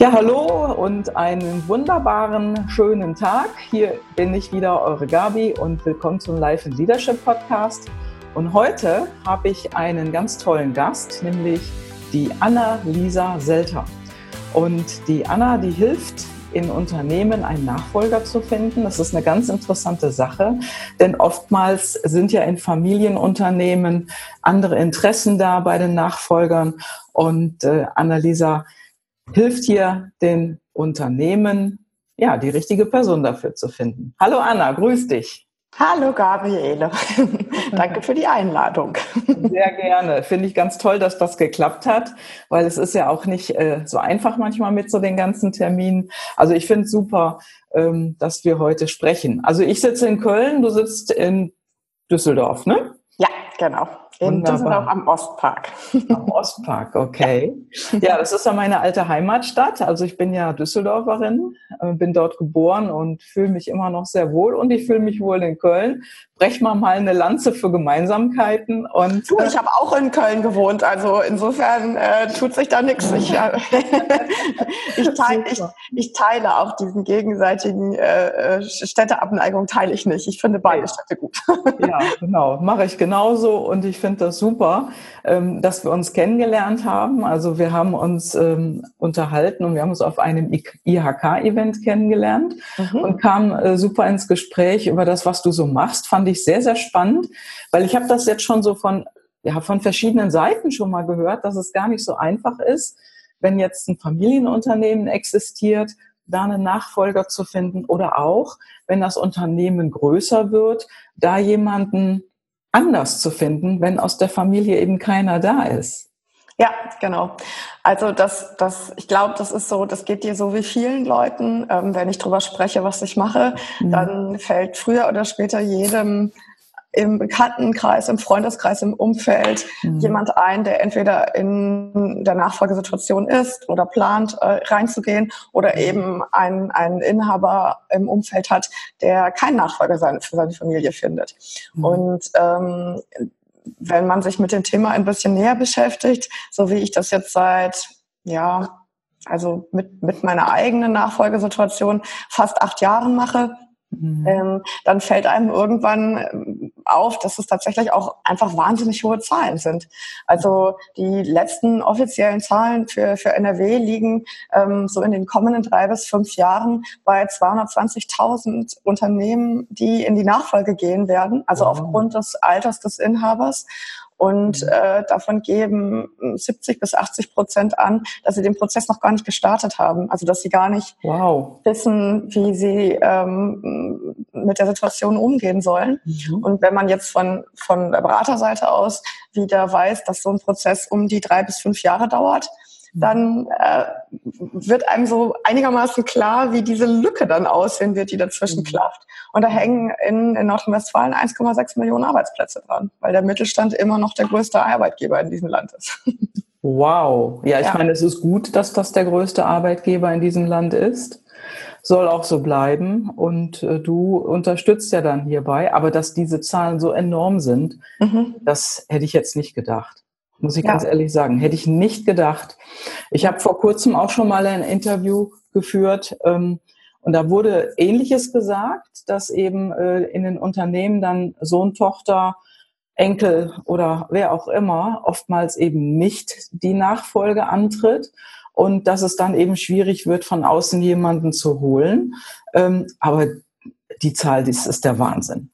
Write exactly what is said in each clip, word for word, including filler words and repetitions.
Ja, hallo und einen wunderbaren, schönen Tag. Hier bin ich wieder, eure Gabi, und willkommen zum Life and Leadership Podcast. Und heute habe ich einen ganz tollen Gast, nämlich die Anna-Lisa Selter. Und die Anna, die hilft in Unternehmen, einen Nachfolger zu finden. Das ist eine ganz interessante Sache, denn oftmals sind ja in Familienunternehmen andere Interessen da bei den Nachfolgern. Und äh, Anna-Lisa hilft hier den Unternehmen, ja, die richtige Person dafür zu finden. Hallo Anna, grüß dich. Hallo Gabriele, danke für die Einladung. Sehr gerne. Finde ich ganz toll, dass das geklappt hat, weil es ist ja auch nicht äh, so einfach manchmal mit so den ganzen Terminen. Also ich finde es super, ähm, dass wir heute sprechen. Also ich sitze in Köln, du sitzt in Düsseldorf, ne? Ja, genau. In Wunderbar. Düsseldorf am Ostpark. Am Ostpark, okay. Ja, das ist ja meine alte Heimatstadt. Also ich bin ja Düsseldorferin, bin dort geboren und fühle mich immer noch sehr wohl. Und ich fühle mich wohl in Köln. Brechen wir mal eine Lanze für Gemeinsamkeiten. Und du, ich habe auch in Köln gewohnt, also insofern äh, tut sich da nichts. Ich, äh, ich, teile, ich, ich teile auch diesen gegenseitigen äh, Städteabneigung, teile ich nicht. Ich finde beide Städte gut. Ja, genau, mache ich genauso, und ich finde das super, ähm, dass wir uns kennengelernt haben. Also wir haben uns ähm, unterhalten und wir haben uns auf einem I H K-Event kennengelernt mhm. und kamen äh, super ins Gespräch über das, was du so machst. Fand ich sehr, sehr spannend, weil ich habe das jetzt schon so von, ja, von verschiedenen Seiten schon mal gehört, dass es gar nicht so einfach ist, wenn jetzt ein Familienunternehmen existiert, da einen Nachfolger zu finden, oder auch, wenn das Unternehmen größer wird, da jemanden anders zu finden, wenn aus der Familie eben keiner da ist. Ja, genau. Also das, das, ich glaube, das ist so, das geht dir so wie vielen Leuten. Ähm, wenn ich drüber spreche, was ich mache, mhm. dann fällt früher oder später jedem im Bekanntenkreis, im Freundeskreis, im Umfeld mhm. jemand ein, der entweder in der Nachfolgesituation ist oder plant, äh, reinzugehen, oder eben einen, einen Inhaber im Umfeld hat, der keinen Nachfolger sein, für seine Familie findet. Mhm. Und ähm, wenn man sich mit dem Thema ein bisschen näher beschäftigt, so wie ich das jetzt seit, ja, also mit, mit meiner eigenen Nachfolgesituation fast acht Jahren mache, Mhm. Ähm, dann fällt einem irgendwann auf, dass es tatsächlich auch einfach wahnsinnig hohe Zahlen sind. Also die letzten offiziellen Zahlen für, für N R W liegen ähm, so in den kommenden drei bis fünf Jahren bei zweihundertzwanzigtausend Unternehmen, die in die Nachfolge gehen werden, also wow. aufgrund des Alters des Inhabers. Und äh, davon geben siebzig bis achtzig Prozent an, dass sie den Prozess noch gar nicht gestartet haben. Also dass sie gar nicht wow. wissen, wie sie ähm, mit der Situation umgehen sollen. Mhm. Und wenn man jetzt von, von der Beraterseite aus wieder weiß, dass so ein Prozess um die drei bis fünf Jahre dauert, dann äh, wird einem so einigermaßen klar, wie diese Lücke dann aussehen wird, die dazwischen mhm. klafft. Und da hängen in, in Nordrhein-Westfalen eins Komma sechs Millionen Arbeitsplätze dran, weil der Mittelstand immer noch der größte Arbeitgeber in diesem Land ist. Wow. Ja, ich ja. meine, es ist gut, dass das der größte Arbeitgeber in diesem Land ist. Soll auch so bleiben. Und äh, du unterstützt ja dann hierbei. Aber dass diese Zahlen so enorm sind, mhm. das hätte ich jetzt nicht gedacht. Muss ich ja. ganz ehrlich sagen, hätte ich nicht gedacht. Ich habe vor kurzem auch schon mal ein Interview geführt ähm, und da wurde Ähnliches gesagt, dass eben äh, in den Unternehmen dann Sohn, Tochter, Enkel oder wer auch immer oftmals eben nicht die Nachfolge antritt und dass es dann eben schwierig wird, von außen jemanden zu holen. Ähm, aber die Zahl, das ist der Wahnsinn.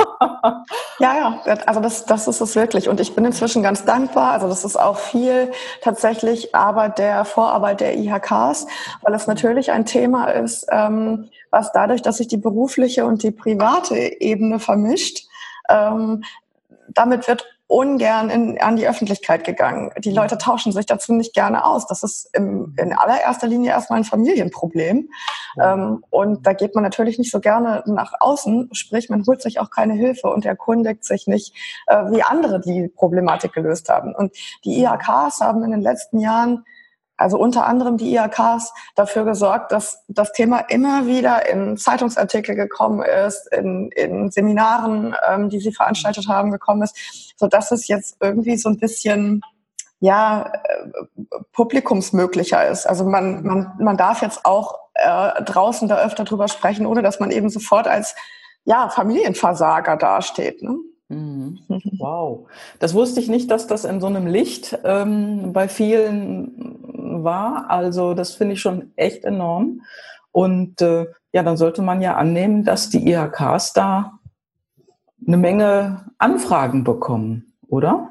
Ja, ja, also das, das ist es wirklich. Und ich bin inzwischen ganz dankbar. Also das ist auch viel tatsächlich Arbeit der Vorarbeit der I H Ks, weil es natürlich ein Thema ist, ähm, was dadurch, dass sich die berufliche und die private Ebene vermischt, ähm, damit wird ungern in, an die Öffentlichkeit gegangen. Die Leute tauschen sich dazu nicht gerne aus. Das ist im, in allererster Linie erstmal ein Familienproblem. Ja. Ähm, und da geht man natürlich nicht so gerne nach außen, sprich man holt sich auch keine Hilfe und erkundigt sich nicht, äh, wie andere die Problematik gelöst haben. Und die I H Ks haben in den letzten Jahren, also unter anderem die I H Ks, dafür gesorgt, dass das Thema immer wieder in Zeitungsartikel gekommen ist, in, in Seminaren, ähm, die sie veranstaltet haben, gekommen ist, so dass es jetzt irgendwie so ein bisschen, ja, publikumsmöglicher ist. Also man, man, man darf jetzt auch äh, draußen da öfter drüber sprechen, ohne dass man eben sofort als ja, Familienversager dasteht. Ne? Mhm. Wow. Das wusste ich nicht, dass das in so einem Licht ähm, bei vielen war. Also das finde ich schon echt enorm. Und äh, ja, dann sollte man ja annehmen, dass die I H Ks da eine Menge Anfragen bekommen, oder?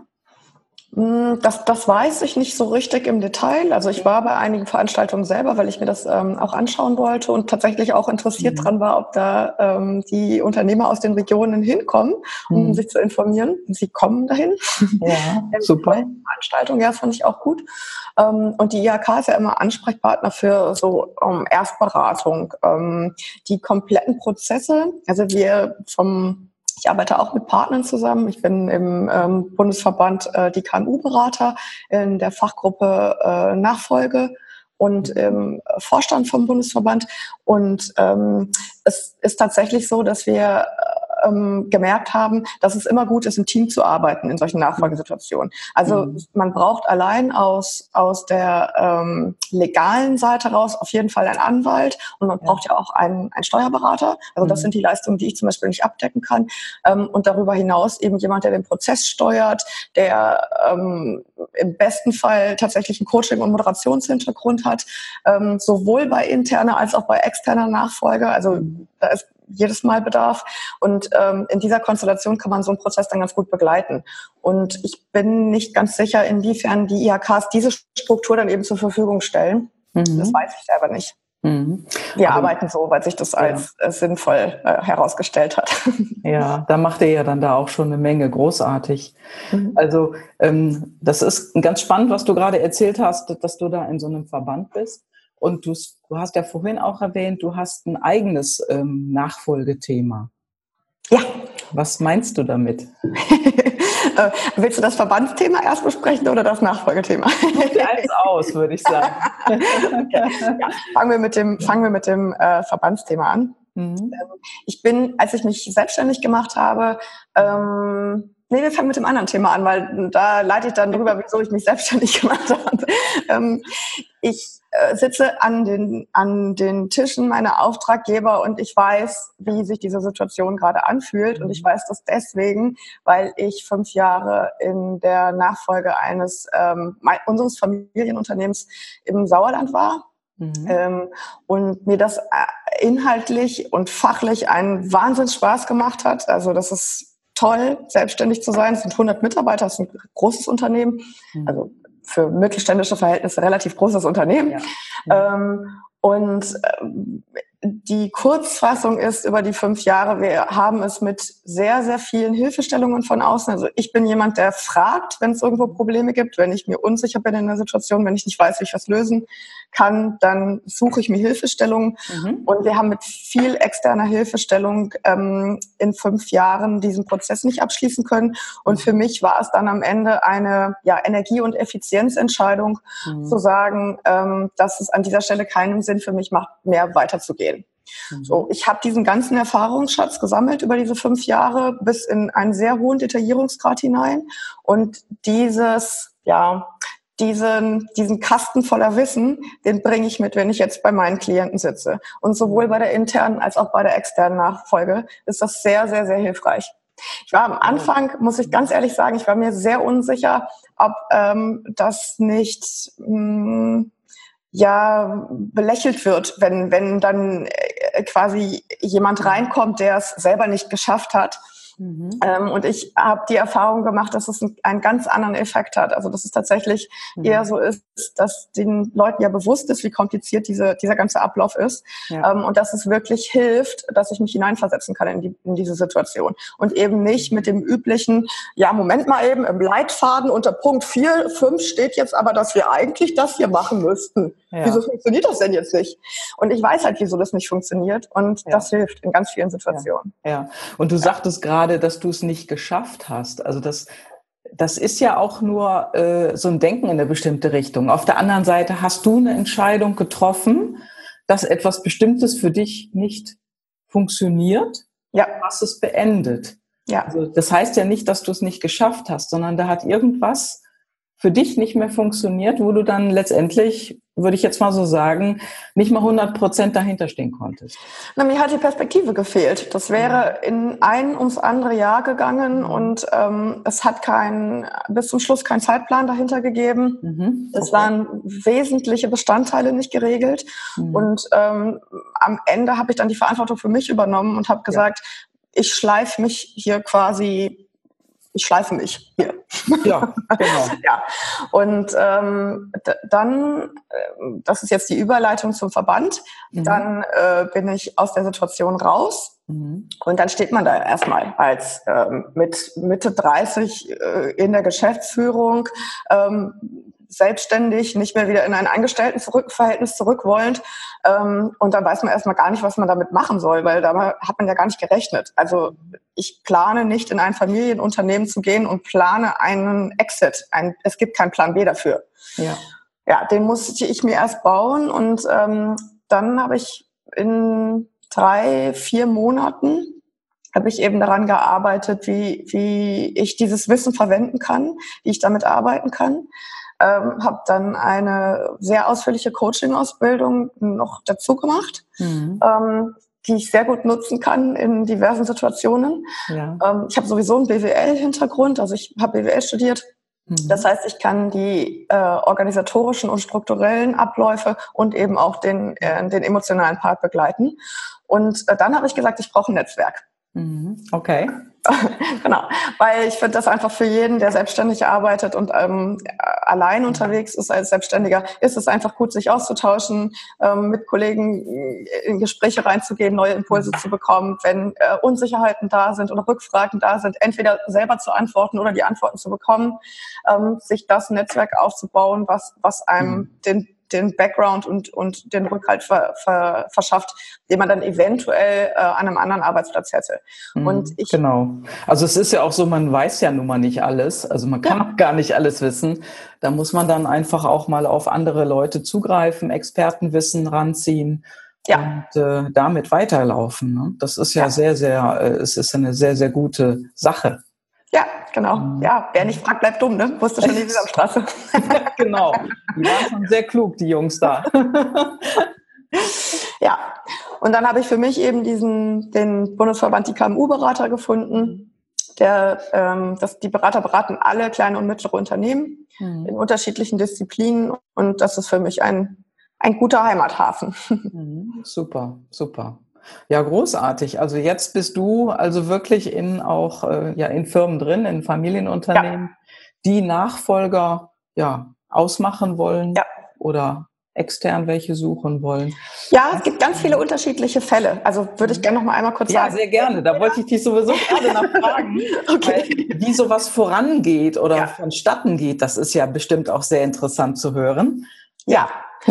Das, das weiß ich nicht so richtig im Detail. Also ich war bei einigen Veranstaltungen selber, weil ich mir das ähm, auch anschauen wollte und tatsächlich auch interessiert mhm. dran war, ob da ähm, die Unternehmer aus den Regionen hinkommen, um mhm. sich zu informieren. Sie kommen dahin. Ja, super. Veranstaltung, ja, das fand ich auch gut. Ähm, und die I H K ist ja immer Ansprechpartner für so um, Erstberatung. Ähm, die kompletten Prozesse, also wir vom Ich arbeite auch mit Partnern zusammen. Ich bin im ähm, Bundesverband äh, die K M U-Berater in der Fachgruppe äh, Nachfolge und im Vorstand vom Bundesverband. Und ähm, es ist tatsächlich so, dass wir ähm, gemerkt haben, dass es immer gut ist, im Team zu arbeiten in solchen Nachfolgesituationen. Also mhm. man braucht allein aus, aus der ähm, legalen Seite raus auf jeden Fall einen Anwalt und man ja. braucht ja auch einen, einen Steuerberater. Also das mhm. sind die Leistungen, die ich zum Beispiel nicht abdecken kann. Ähm, und darüber hinaus eben jemand, der den Prozess steuert, der ähm, im besten Fall tatsächlich einen Coaching- und Moderationshintergrund hat, ähm, sowohl bei interner als auch bei externer Nachfolge. Also da ist jedes Mal Bedarf. Und ähm, in dieser Konstellation kann man so einen Prozess dann ganz gut begleiten. Und ich bin nicht ganz sicher, inwiefern die I H Ks diese Struktur dann eben zur Verfügung stellen. Mhm. Das weiß ich selber nicht. Mhm. Wir Aber, arbeiten so, weil sich das ja. als äh, sinnvoll äh, herausgestellt hat. Ja, da macht ihr ja dann da auch schon eine Menge, großartig. Mhm. Also ähm, das ist ganz spannend, was du gerade erzählt hast, dass du da in so einem Verband bist. Und du, du hast ja vorhin auch erwähnt, du hast ein eigenes ähm, Nachfolgethema. Ja. Was meinst du damit? äh, willst du das Verbandsthema erst besprechen oder das Nachfolgethema? Eins aus, würde ich sagen. Okay. Ja, fangen wir mit dem, fangen wir mit dem äh, Verbandsthema an. Mhm. Ich bin, als ich mich selbstständig gemacht habe, ähm, Nee, wir fangen mit dem anderen Thema an, weil da leite ich dann drüber, wieso ich mich selbstständig gemacht habe. Ähm, ich äh, sitze an den, an den Tischen meiner Auftraggeber und ich weiß, wie sich diese Situation gerade anfühlt. Und ich weiß das deswegen, weil ich fünf Jahre in der Nachfolge eines ähm, unseres Familienunternehmens im Sauerland war. Mhm. Ähm, und mir das inhaltlich und fachlich einen Wahnsinns Spaß gemacht hat. Also das ist toll, selbstständig zu sein. Es sind hundert Mitarbeiter, es ist ein großes Unternehmen, mhm. also für mittelständische Verhältnisse relativ großes Unternehmen. Ja. Ja. Ähm, und ähm, die Kurzfassung ist über die fünf Jahre, wir haben es mit sehr, sehr vielen Hilfestellungen von außen. Also ich bin jemand, der fragt, wenn es irgendwo Probleme gibt, wenn ich mir unsicher bin in der Situation, wenn ich nicht weiß, wie ich was lösen kann, dann suche ich mir Hilfestellungen. Mhm. Und wir haben mit viel externer Hilfestellung ähm, in fünf Jahren diesen Prozess nicht abschließen können. Und für mich war es dann am Ende eine ja, Energie- und Effizienzentscheidung, mhm. zu sagen, ähm, dass es an dieser Stelle keinen Sinn für mich macht, mehr weiterzugehen. Mhm. So, ich habe diesen ganzen Erfahrungsschatz gesammelt über diese fünf Jahre bis in einen sehr hohen Detaillierungsgrad hinein. Und dieses, ja, diesen, diesen Kasten voller Wissen, den bringe ich mit, wenn ich jetzt bei meinen Klienten sitze. Und sowohl bei der internen als auch bei der externen Nachfolge ist das sehr, sehr, sehr hilfreich. Ich war am Anfang, muss ich ganz ehrlich sagen, ich war mir sehr unsicher, ob ähm, das nicht mh, ja belächelt wird, wenn wenn dann äh, quasi jemand reinkommt, der es selber nicht geschafft hat. Mhm. Ähm, und ich habe die Erfahrung gemacht, dass es einen, einen ganz anderen Effekt hat. Also dass es tatsächlich mhm. eher so ist, dass den Leuten ja bewusst ist, wie kompliziert diese, dieser ganze Ablauf ist. Ja. Ähm, und dass es wirklich hilft, dass ich mich hineinversetzen kann in, die, in diese Situation. Und eben nicht mit dem üblichen, ja, Moment mal eben, im Leitfaden unter Punkt vier, fünf steht jetzt aber, dass wir eigentlich das hier machen müssten. Ja. Wieso funktioniert das denn jetzt nicht? Und ich weiß halt, wieso das nicht funktioniert. Und ja. das hilft in ganz vielen Situationen. Ja, ja. Und du sagtest gerade, dass du es nicht geschafft hast. Also das, das ist ja auch nur äh, so ein Denken in eine bestimmte Richtung. Auf der anderen Seite hast du eine Entscheidung getroffen, dass etwas Bestimmtes für dich nicht funktioniert. Ja. Du hast es beendet. Ja. Also das heißt ja nicht, dass du es nicht geschafft hast, sondern da hat irgendwas für dich nicht mehr funktioniert, wo du dann letztendlich, würde ich jetzt mal so sagen, nicht mal hundert Prozent dahinter stehen konntest? Na, mir hat die Perspektive gefehlt. Das wäre in ein ums andere Jahr gegangen und ähm, es hat kein, bis zum Schluss keinen Zeitplan dahinter gegeben. Mhm. Okay. Es waren wesentliche Bestandteile nicht geregelt. Mhm. Und ähm, am Ende habe ich dann die Verantwortung für mich übernommen und habe gesagt, ja. ich schleife mich hier quasi Ich schleife mich hier. Ja, genau. ja. Und ähm, d- dann, äh, das ist jetzt die Überleitung zum Verband, mhm. dann äh, bin ich aus der Situation raus. Mhm. Und dann steht man da erstmal als ähm, mit Mitte dreißig äh, in der Geschäftsführung, ähm, selbstständig, nicht mehr wieder in ein Angestelltenverhältnis zurückwollend. Ähm, und dann weiß man erstmal gar nicht, was man damit machen soll, weil da hat man ja gar nicht gerechnet. Also ich plane nicht, in ein Familienunternehmen zu gehen und plane einen Exit. Ein, es gibt keinen Plan B dafür. Ja, ja, den musste ich mir erst bauen. Und ähm, dann habe ich in drei, vier Monaten habe ich eben daran gearbeitet, wie, wie ich dieses Wissen verwenden kann, wie ich damit arbeiten kann. Ähm, habe dann eine sehr ausführliche Coaching-Ausbildung noch dazu gemacht, mhm. ähm, die ich sehr gut nutzen kann in diversen Situationen. Ja. Ähm, ich habe sowieso einen B W L-Hintergrund, also ich habe B W L studiert. Mhm. Das heißt, ich kann die äh, organisatorischen und strukturellen Abläufe und eben auch den, äh, den emotionalen Part begleiten. Und äh, dann habe ich gesagt, ich brauche ein Netzwerk. Mhm. Okay. Genau, weil ich finde das einfach für jeden, der selbstständig arbeitet und ähm, allein unterwegs ist als Selbstständiger, ist es einfach gut, sich auszutauschen, ähm, mit Kollegen in Gespräche reinzugehen, neue Impulse zu bekommen, wenn äh, Unsicherheiten da sind oder Rückfragen da sind, entweder selber zu antworten oder die Antworten zu bekommen, ähm, sich das Netzwerk aufzubauen, was, was einem mhm. den den Background und, und den Rückhalt ver, ver, verschafft, den man dann eventuell äh, an einem anderen Arbeitsplatz hätte. Und ich, genau. Also es ist ja auch so, man weiß ja nun mal nicht alles. Also man kann ja. auch gar nicht alles wissen. Da muss man dann einfach auch mal auf andere Leute zugreifen, Expertenwissen ranziehen ja. und äh, damit weiterlaufen. Ne? Das ist ja, ja sehr, sehr, äh, es ist eine sehr, sehr gute Sache. Ja, genau. Ja, wer nicht fragt, bleibt dumm, ne? Wusste schon die Sesamstraße. Genau. Die waren schon sehr klug, die Jungs da. Ja. Und dann habe ich für mich eben diesen, den Bundesverband die K M U-Berater gefunden. Der, ähm, das, die Berater beraten alle kleine und mittlere Unternehmen mhm. in unterschiedlichen Disziplinen. Und das ist für mich ein, ein guter Heimathafen. Mhm. Super, super. Ja, großartig. Also jetzt bist du also wirklich in auch äh, ja in Firmen drin, in Familienunternehmen, ja. die Nachfolger ja ausmachen wollen ja. oder extern welche suchen wollen. Ja, es gibt ganz viele unterschiedliche Fälle. Also würde ich gerne noch mal einmal kurz ja, sagen. Ja, sehr gerne. Da wollte ich dich sowieso gerade nachfragen, okay. weil, wie sowas vorangeht oder ja. vonstatten geht. Das ist ja bestimmt auch sehr interessant zu hören. Ja.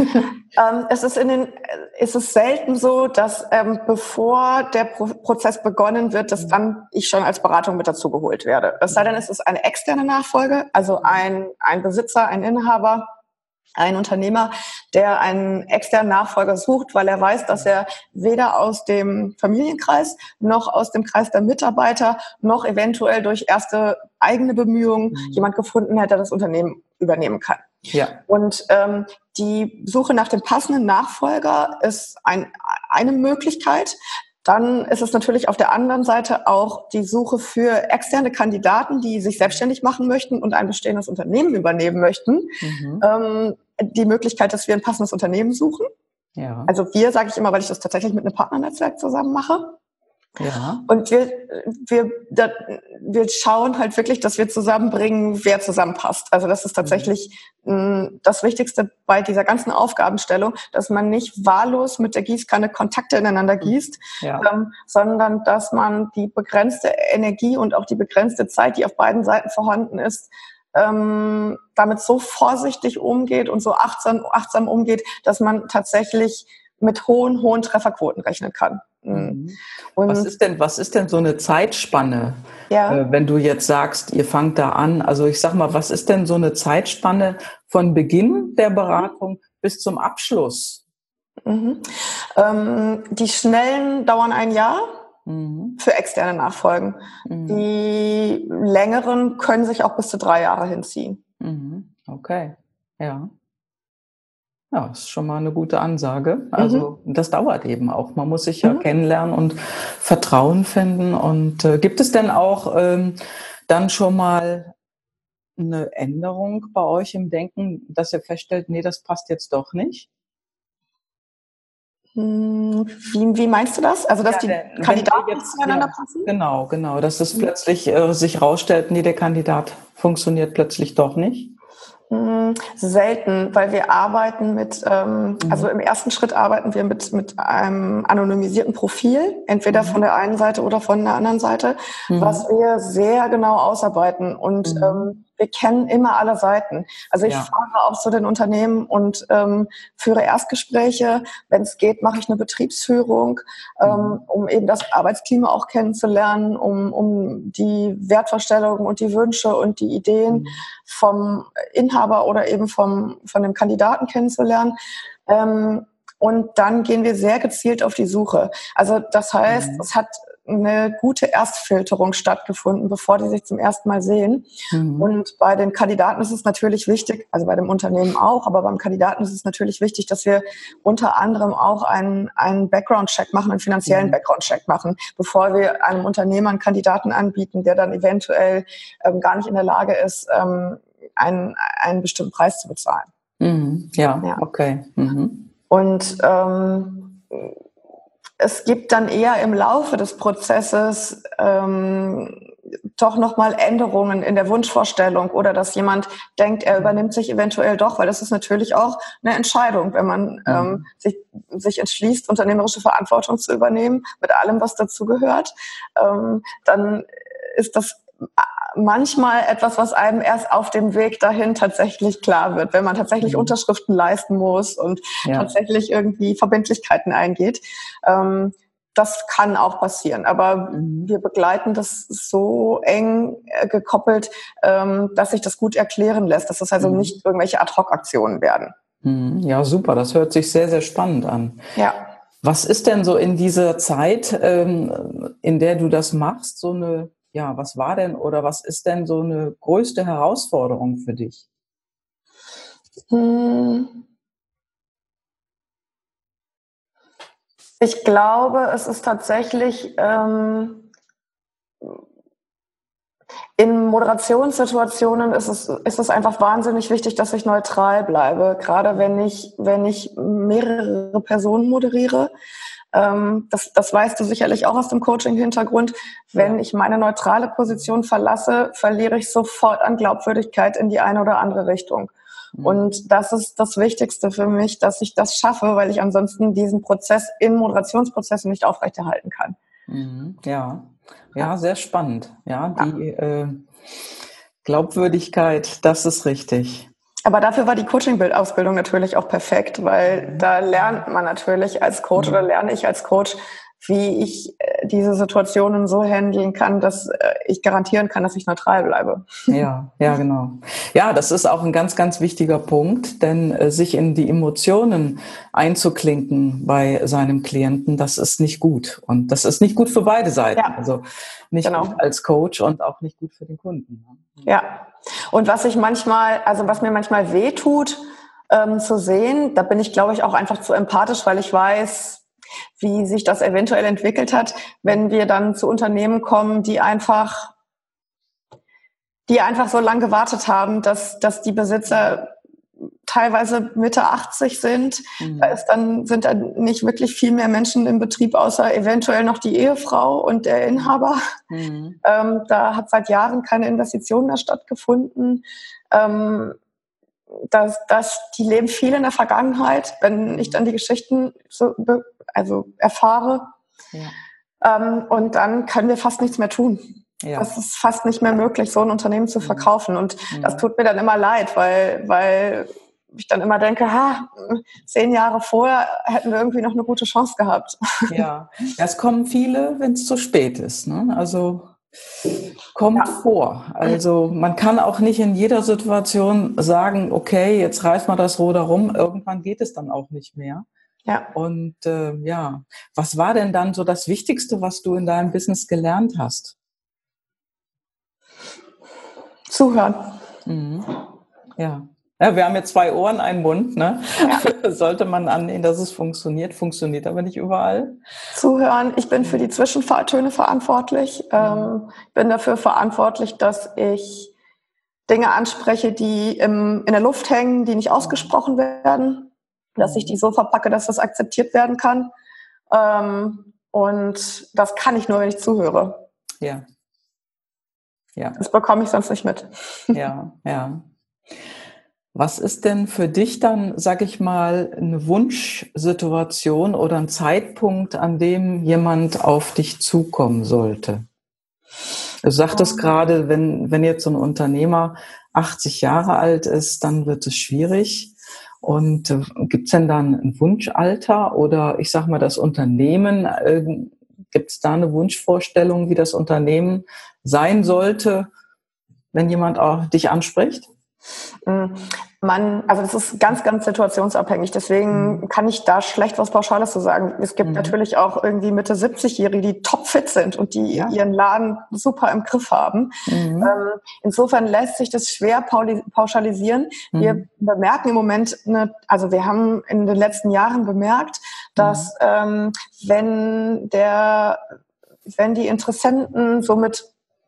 ähm, es ist in den, es ist selten so, dass ähm, bevor der Pro- Prozess begonnen wird, dass dann ich schon als Beratung mit dazu geholt werde. Es sei denn, es ist eine externe Nachfolge, also ein, ein Besitzer, ein Inhaber, ein Unternehmer, der einen externen Nachfolger sucht, weil er weiß, dass er weder aus dem Familienkreis noch aus dem Kreis der Mitarbeiter noch eventuell durch erste eigene Bemühungen mhm. jemand gefunden hat, der das Unternehmen übernehmen kann. Ja. Und ähm, die Suche nach dem passenden Nachfolger ist ein, eine Möglichkeit. Dann ist es natürlich auf der anderen Seite auch die Suche für externe Kandidaten, die sich selbstständig machen möchten und ein bestehendes Unternehmen übernehmen möchten. Mhm. Ähm, die Möglichkeit, dass wir ein passendes Unternehmen suchen. Ja. Also wir, sage ich immer, weil ich das tatsächlich mit einem Partnernetzwerk zusammen mache. Ja. Und wir, wir, da, wir schauen halt wirklich, dass wir zusammenbringen, wer zusammenpasst. Also das ist tatsächlich mh, das Wichtigste bei dieser ganzen Aufgabenstellung, dass man nicht wahllos mit der Gießkanne Kontakte ineinander gießt, ja. ähm, sondern dass man die begrenzte Energie und auch die begrenzte Zeit, die auf beiden Seiten vorhanden ist, ähm, damit so vorsichtig umgeht und so achtsam, achtsam umgeht, dass man tatsächlich mit hohen, hohen Trefferquoten rechnen kann. Mhm. Und was ist denn, was ist denn so eine Zeitspanne, ja. äh, wenn du jetzt sagst, ihr fangt da an? Also ich sag mal, was ist denn so eine Zeitspanne von Beginn der Beratung bis zum Abschluss? Mhm. Ähm, die schnellen dauern ein Jahr mhm. für externe Nachfolgen. Mhm. Die längeren können sich auch bis zu drei Jahre hinziehen. Mhm. Okay, ja. Ja, ist schon mal eine gute Ansage. Mhm. Also, das dauert eben auch. Man muss sich ja Mhm. kennenlernen und Vertrauen finden. Und, äh, gibt es denn auch, ähm, dann schon mal eine Änderung bei euch im Denken, dass ihr feststellt: „Ne, das passt jetzt doch nicht?“ Hm, wie wie meinst du das? Also, dass Ja, die denn wenn ihr Kandidaten nicht jetzt zueinander ja, passen? genau, genau, dass es Mhm. plötzlich, äh, sich rausstellt, ne, der Kandidat funktioniert plötzlich doch nicht? Hm, selten, weil wir arbeiten mit, ähm Mhm. also im ersten Schritt arbeiten wir mit mit einem anonymisierten Profil, entweder von Mhm. der einen Seite oder von der anderen Seite, was Mhm. wir sehr genau ausarbeiten und, Mhm. ähm, wir kennen immer alle Seiten. Also, ich Ja. fahre auch zu den Unternehmen und, ähm, führe Erstgespräche. Wenn es geht, mache ich eine Betriebsführung, Mhm. ähm, um eben das Arbeitsklima auch kennenzulernen, um um die Wertvorstellungen und die Wünsche und die Ideen Mhm. vom Inhaber oder eben vom, von dem Kandidaten kennenzulernen. Ähm, und dann gehen wir sehr gezielt auf die Suche. Also das heißt, Mhm. es hat eine gute Erstfilterung stattgefunden, bevor die sich zum ersten Mal sehen. Mhm. Und bei den Kandidaten ist es natürlich wichtig, also bei dem Unternehmen auch, aber beim Kandidaten ist es natürlich wichtig, dass wir unter anderem auch einen, einen Background-Check machen, einen finanziellen Mhm. Background-Check machen, bevor wir einem Unternehmer einen Kandidaten anbieten, der dann eventuell ähm, gar nicht in der Lage ist, ähm, einen, einen bestimmten Preis zu bezahlen. Mhm. Ja, Ja. okay. Mhm. Und ähm, es gibt dann eher im Laufe des Prozesses ähm, doch nochmal Änderungen in der Wunschvorstellung oder dass jemand denkt, er übernimmt sich eventuell doch, weil das ist natürlich auch eine Entscheidung, wenn man ähm, Mhm. sich, sich entschließt, unternehmerische Verantwortung zu übernehmen, mit allem, was dazugehört, ähm, dann ist das manchmal etwas, was einem erst auf dem Weg dahin tatsächlich klar wird, wenn man tatsächlich Mhm. Unterschriften leisten muss und Ja. tatsächlich irgendwie Verbindlichkeiten eingeht. Ähm, das kann auch passieren, aber Mhm. wir begleiten das so eng äh, gekoppelt, ähm, dass sich das gut erklären lässt, dass das also Mhm. nicht irgendwelche Ad-hoc-Aktionen werden. Mhm. Ja, super. Das hört sich sehr, sehr spannend an. Ja. Was ist denn so in dieser Zeit, ähm, in der du das machst, so eine, ja, was war denn oder was ist denn so eine größte Herausforderung für dich? Hm. Ich glaube, es ist tatsächlich ähm, in Moderationssituationen ist es, ist es einfach wahnsinnig wichtig, dass ich neutral bleibe. Gerade wenn ich, wenn ich mehrere Personen moderiere. Ähm, das, das weißt du sicherlich auch aus dem Coaching-Hintergrund. Wenn Ja. ich meine neutrale Position verlasse, verliere ich sofort an Glaubwürdigkeit in die eine oder andere Richtung. Mhm. Und das ist das Wichtigste für mich, dass ich das schaffe, weil ich ansonsten diesen Prozess in Moderationsprozessen nicht aufrechterhalten kann. Mhm. Ja. Ja. Ja, sehr spannend. Ja, Ja. die, äh, Glaubwürdigkeit, das ist richtig. Aber dafür war die Coaching-Ausbildung natürlich auch perfekt, weil Mhm. da lernt man natürlich als Coach oder Mhm. lerne ich als Coach, wie ich äh, diese Situationen so handeln kann, dass äh, ich garantieren kann, dass ich neutral bleibe. Ja, ja, genau. Ja, das ist auch ein ganz, ganz wichtiger Punkt, denn äh, sich in die Emotionen einzuklinken bei seinem Klienten, das ist nicht gut. Und das ist nicht gut für beide Seiten. Ja, Also nicht gut genau. als Coach und auch nicht gut für den Kunden. Ne? Ja. Und was ich manchmal, also was mir manchmal weh tut, ähm, zu sehen, da bin ich, glaube ich, auch einfach zu empathisch, weil ich weiß, wie sich das eventuell entwickelt hat, wenn wir dann zu Unternehmen kommen, die einfach die einfach so lange gewartet haben, dass, dass die Besitzer teilweise Mitte achtzig sind. Da Mhm. ist dann, sind dann nicht wirklich viel mehr Menschen im Betrieb, außer eventuell noch die Ehefrau und der Inhaber. Mhm. Ähm, da hat seit Jahren keine Investition mehr stattgefunden. Ähm, das, das, die leben viel in der Vergangenheit. Wenn ich dann Mhm. die Geschichten so, also erfahre, Ja, ähm, und dann können wir fast nichts mehr tun. ja. Es ist fast nicht mehr möglich, so ein Unternehmen zu Mhm. verkaufen. Und das Mhm. tut mir dann immer leid, weil, weil ich dann immer denke, ha, zehn Jahre vorher hätten wir irgendwie noch eine gute Chance gehabt. Ja. Ja, es kommen viele, wenn es zu spät ist. Ne? Also kommt Ja, vor. Also man kann auch nicht in jeder Situation sagen, okay, jetzt reißt mal das Ruder rum. Irgendwann geht es dann auch nicht mehr. ja. Und äh, ja, was war denn dann so das Wichtigste, was du in deinem Business gelernt hast? Zuhören. Mhm. Ja. Ja, wir haben ja zwei Ohren, einen Mund, ne? Ja. Sollte man annehmen, dass es funktioniert, funktioniert aber nicht überall. Zuhören. Ich bin für die Zwischentöne verantwortlich. Ähm, ich bin dafür verantwortlich, dass ich Dinge anspreche, die im, in der Luft hängen, die nicht ausgesprochen werden, dass ich die so verpacke, dass das akzeptiert werden kann. Ähm, und das kann ich nur, wenn ich zuhöre. Ja. Ja. Das bekomme ich sonst nicht mit. Ja, ja. Was ist denn für dich dann, sag ich mal, eine Wunschsituation oder ein Zeitpunkt, an dem jemand auf dich zukommen sollte? Du sagtest gerade, wenn, wenn jetzt so ein Unternehmer achtzig Jahre alt ist, dann wird es schwierig. Und äh, gibt es denn dann ein Wunschalter oder ich sag mal das Unternehmen, äh, gibt es da eine Wunschvorstellung, wie das Unternehmen sein sollte, wenn jemand auch dich anspricht? Man, also das ist ganz, ganz situationsabhängig. Deswegen mhm. kann ich da schlecht was Pauschales zu sagen. Es gibt mhm. natürlich auch irgendwie Mitte siebzig-Jährige, die topfit sind und die ja. ihren Laden super im Griff haben. Mhm. Ähm, insofern lässt sich das schwer pauschalisieren. Mhm. Wir bemerken im Moment, eine, also wir haben in den letzten Jahren bemerkt, dass mhm. ähm, wenn der, wenn die Interessenten so mit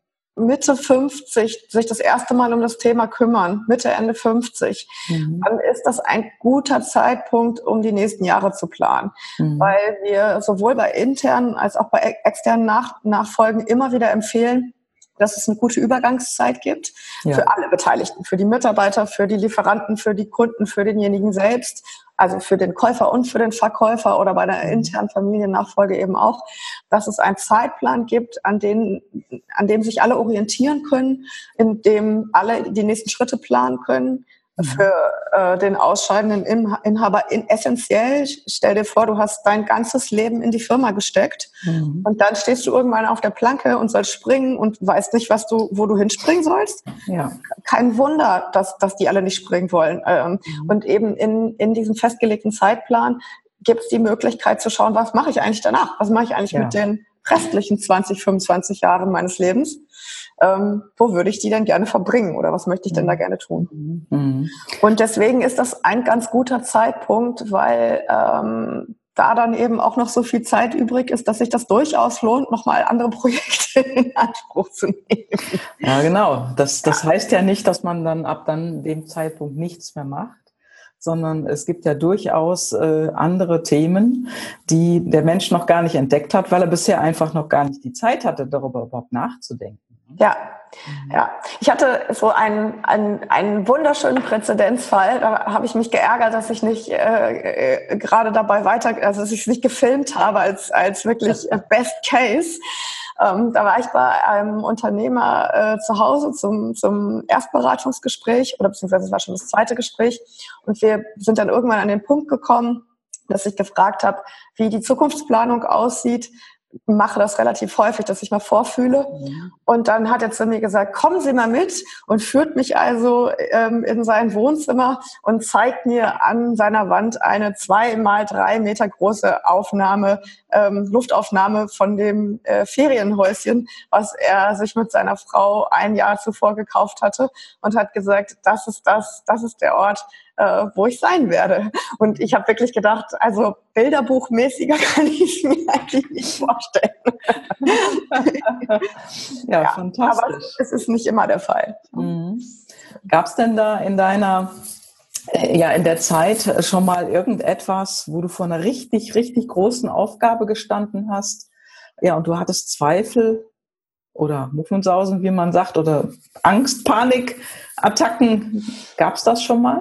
Mitte fünfzig sich das erste Mal um das Thema kümmern, Mitte, Ende fünfzig, mhm. dann ist das ein guter Zeitpunkt, um die nächsten Jahre zu planen. Mhm. Weil wir sowohl bei internen als auch bei externen Nach- Nachfolgen immer wieder empfehlen, dass es eine gute Übergangszeit gibt ja. für alle Beteiligten, für die Mitarbeiter, für die Lieferanten, für die Kunden, für denjenigen selbst, also für den Käufer und für den Verkäufer oder bei der internen Familiennachfolge eben auch, dass es einen Zeitplan gibt, an dem, an dem sich alle orientieren können, in dem alle die nächsten Schritte planen können. Für äh, den ausscheidenden Inhaber in, essentiell. Stell dir vor, du hast dein ganzes Leben in die Firma gesteckt mhm. und dann stehst du irgendwann auf der Planke und sollst springen und weißt nicht, was du, wo du hinspringen sollst. Ja. Kein Wunder, dass, dass die alle nicht springen wollen. Ähm, mhm. Und eben in, in diesem festgelegten Zeitplan gibt es die Möglichkeit zu schauen, was mache ich eigentlich danach? Was mache ich eigentlich ja. mit den restlichen zwanzig, fünfundzwanzig Jahren meines Lebens? Ähm, wo würde ich die denn gerne verbringen oder was möchte ich denn da gerne tun? Mhm. Und deswegen ist das ein ganz guter Zeitpunkt, weil ähm, da dann eben auch noch so viel Zeit übrig ist, dass sich das durchaus lohnt, nochmal andere Projekte in Anspruch zu nehmen. Ja, genau. Das, das ja. heißt ja nicht, dass man dann ab dann dem Zeitpunkt nichts mehr macht, sondern es gibt ja durchaus äh, andere Themen, die der Mensch noch gar nicht entdeckt hat, weil er bisher einfach noch gar nicht die Zeit hatte, darüber überhaupt nachzudenken. Ja, ja. Ich hatte so einen, einen, einen wunderschönen Präzedenzfall. Da habe ich mich geärgert, dass ich nicht äh, äh, gerade dabei weiter, also dass ich es nicht gefilmt habe als als wirklich Best Case. Ähm, da war ich bei einem Unternehmer äh, zu Hause zum zum Erstberatungsgespräch oder beziehungsweise es war schon das zweite Gespräch und wir sind dann irgendwann an den Punkt gekommen, dass ich gefragt habe, wie die Zukunftsplanung aussieht. Mache das relativ häufig, dass ich mal vorfühle. Mhm. Und dann hat er zu mir gesagt, kommen Sie mal mit und führt mich also ähm, in sein Wohnzimmer und zeigt mir an seiner Wand eine zwei mal drei Meter große Aufnahme, ähm, Luftaufnahme von dem äh, Ferienhäuschen, was er sich mit seiner Frau ein Jahr zuvor gekauft hatte und hat gesagt, das ist das, das ist der Ort, äh, wo ich sein werde. Und ich habe wirklich gedacht, also bilderbuchmäßiger kann ich es mir eigentlich nicht vorstellen. ja, ja, fantastisch. Aber es ist nicht immer der Fall. Mhm. Gab es denn da in deiner, äh, ja, in der Zeit schon mal irgendetwas, wo du vor einer richtig, richtig großen Aufgabe gestanden hast? Ja, und du hattest Zweifel oder Muffensausen, wie man sagt, oder Angst, Panik, Attacken. Gab es das schon mal?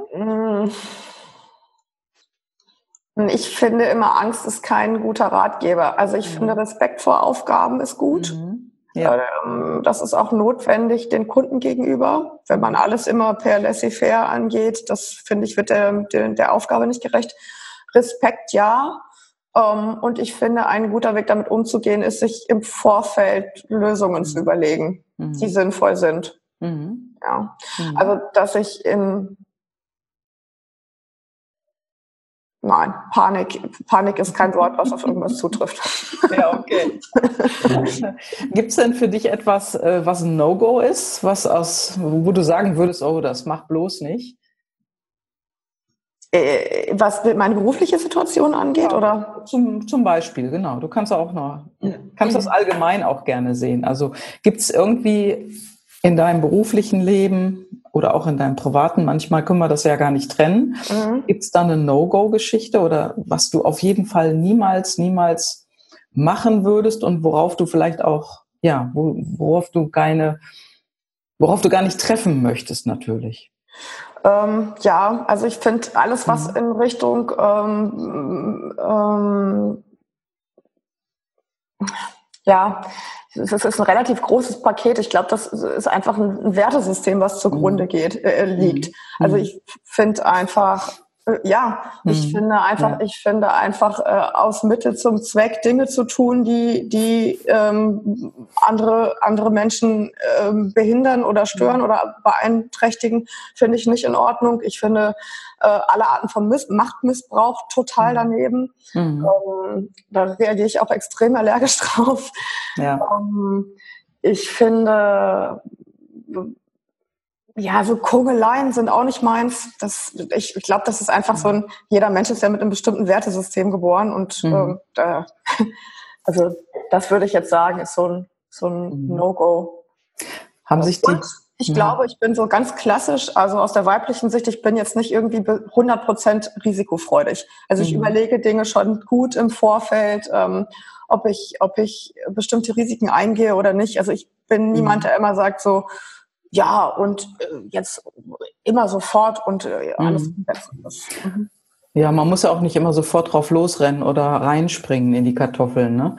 Ich finde immer, Angst ist kein guter Ratgeber. Also ich mhm. finde, Respekt vor Aufgaben ist gut. Mhm. Ja. Das ist auch notwendig den Kunden gegenüber. Wenn man alles immer per laissez-faire angeht, das finde ich, wird der, der, der Aufgabe nicht gerecht. Respekt, ja. Und ich finde, ein guter Weg damit umzugehen, ist, sich im Vorfeld Lösungen mhm. zu überlegen, mhm. die sinnvoll sind. Mhm. Ja. Mhm. Also, dass ich im nein, Panik, Panik ist kein Wort, was auf irgendwas zutrifft. Ja, okay. Gibt es denn für dich etwas, was ein No-Go ist, was aus, wo du sagen würdest, oh, das mach bloß nicht? Was meine berufliche Situation angeht, ja, oder? Zum, zum Beispiel, genau. Du kannst auch noch, kannst das allgemein auch gerne sehen. Also gibt es irgendwie in deinem beruflichen Leben oder auch in deinem privaten, manchmal können wir das ja gar nicht trennen, mhm. Gibt es da eine No-Go-Geschichte oder was du auf jeden Fall niemals, niemals machen würdest und worauf du vielleicht auch, ja, worauf du keine, worauf du gar nicht treffen möchtest natürlich? Ähm, ja, also ich finde alles, was in Richtung ähm, ähm, ja, es ist ein relativ großes Paket. Ich glaube, das ist einfach ein Wertesystem, was zugrunde geht, äh, liegt. Also ich finde einfach, äh, ja, ich mhm. finde einfach, ja. ich finde einfach äh, aus Mittel zum Zweck Dinge zu tun, die die ähm, andere andere Menschen ähm, behindern oder stören mhm. oder beeinträchtigen, finde ich nicht in Ordnung. Ich finde äh, alle Arten von Miss- Machtmissbrauch total mhm. daneben. Mhm. Ähm, da reagiere ich auch extrem allergisch drauf. Ja. Ähm, ich finde, ja, so Kungeleien sind auch nicht meins. Das, ich ich glaube, das ist einfach so ein, jeder Mensch ist ja mit einem bestimmten Wertesystem geboren und mhm. ähm, da, also das würde ich jetzt sagen, ist so ein, so ein mhm. No-Go. Haben sich die... Und ich ja. glaube, ich bin so ganz klassisch, also aus der weiblichen Sicht, ich bin jetzt nicht irgendwie hundert Prozent risikofreudig. Also ich mhm. überlege Dinge schon gut im Vorfeld, ähm, ob ich, ob ich bestimmte Risiken eingehe oder nicht. Also ich bin mhm. niemand, der immer sagt so, ja, und äh, jetzt immer sofort und äh, alles mhm. mhm. Ja, man muss ja auch nicht immer sofort drauf losrennen oder reinspringen in die Kartoffeln, ne?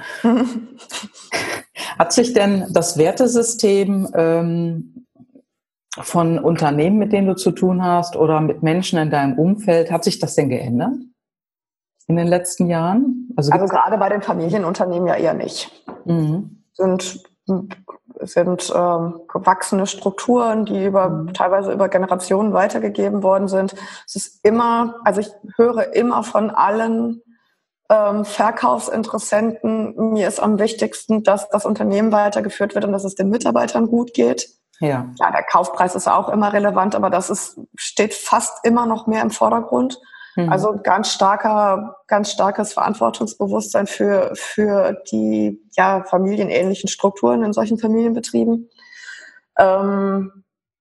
Hat sich denn das Wertesystem ähm, von Unternehmen, mit denen du zu tun hast oder mit Menschen in deinem Umfeld, hat sich das denn geändert in den letzten Jahren? Also, also gerade bei den Familienunternehmen ja eher nicht. Mhm. Sind sind ähm, gewachsene Strukturen, die über mhm. teilweise über Generationen weitergegeben worden sind. Es ist immer, also ich höre immer von allen ähm, Verkaufsinteressenten, mir ist am wichtigsten, dass das Unternehmen weitergeführt wird und dass es den Mitarbeitern gut geht. Ja. Ja, der Kaufpreis ist auch immer relevant, aber das ist, steht fast immer noch mehr im Vordergrund. Mhm. Also ganz starker, ganz starkes Verantwortungsbewusstsein für, für die, ja, familienähnlichen Strukturen in solchen Familienbetrieben. Ähm,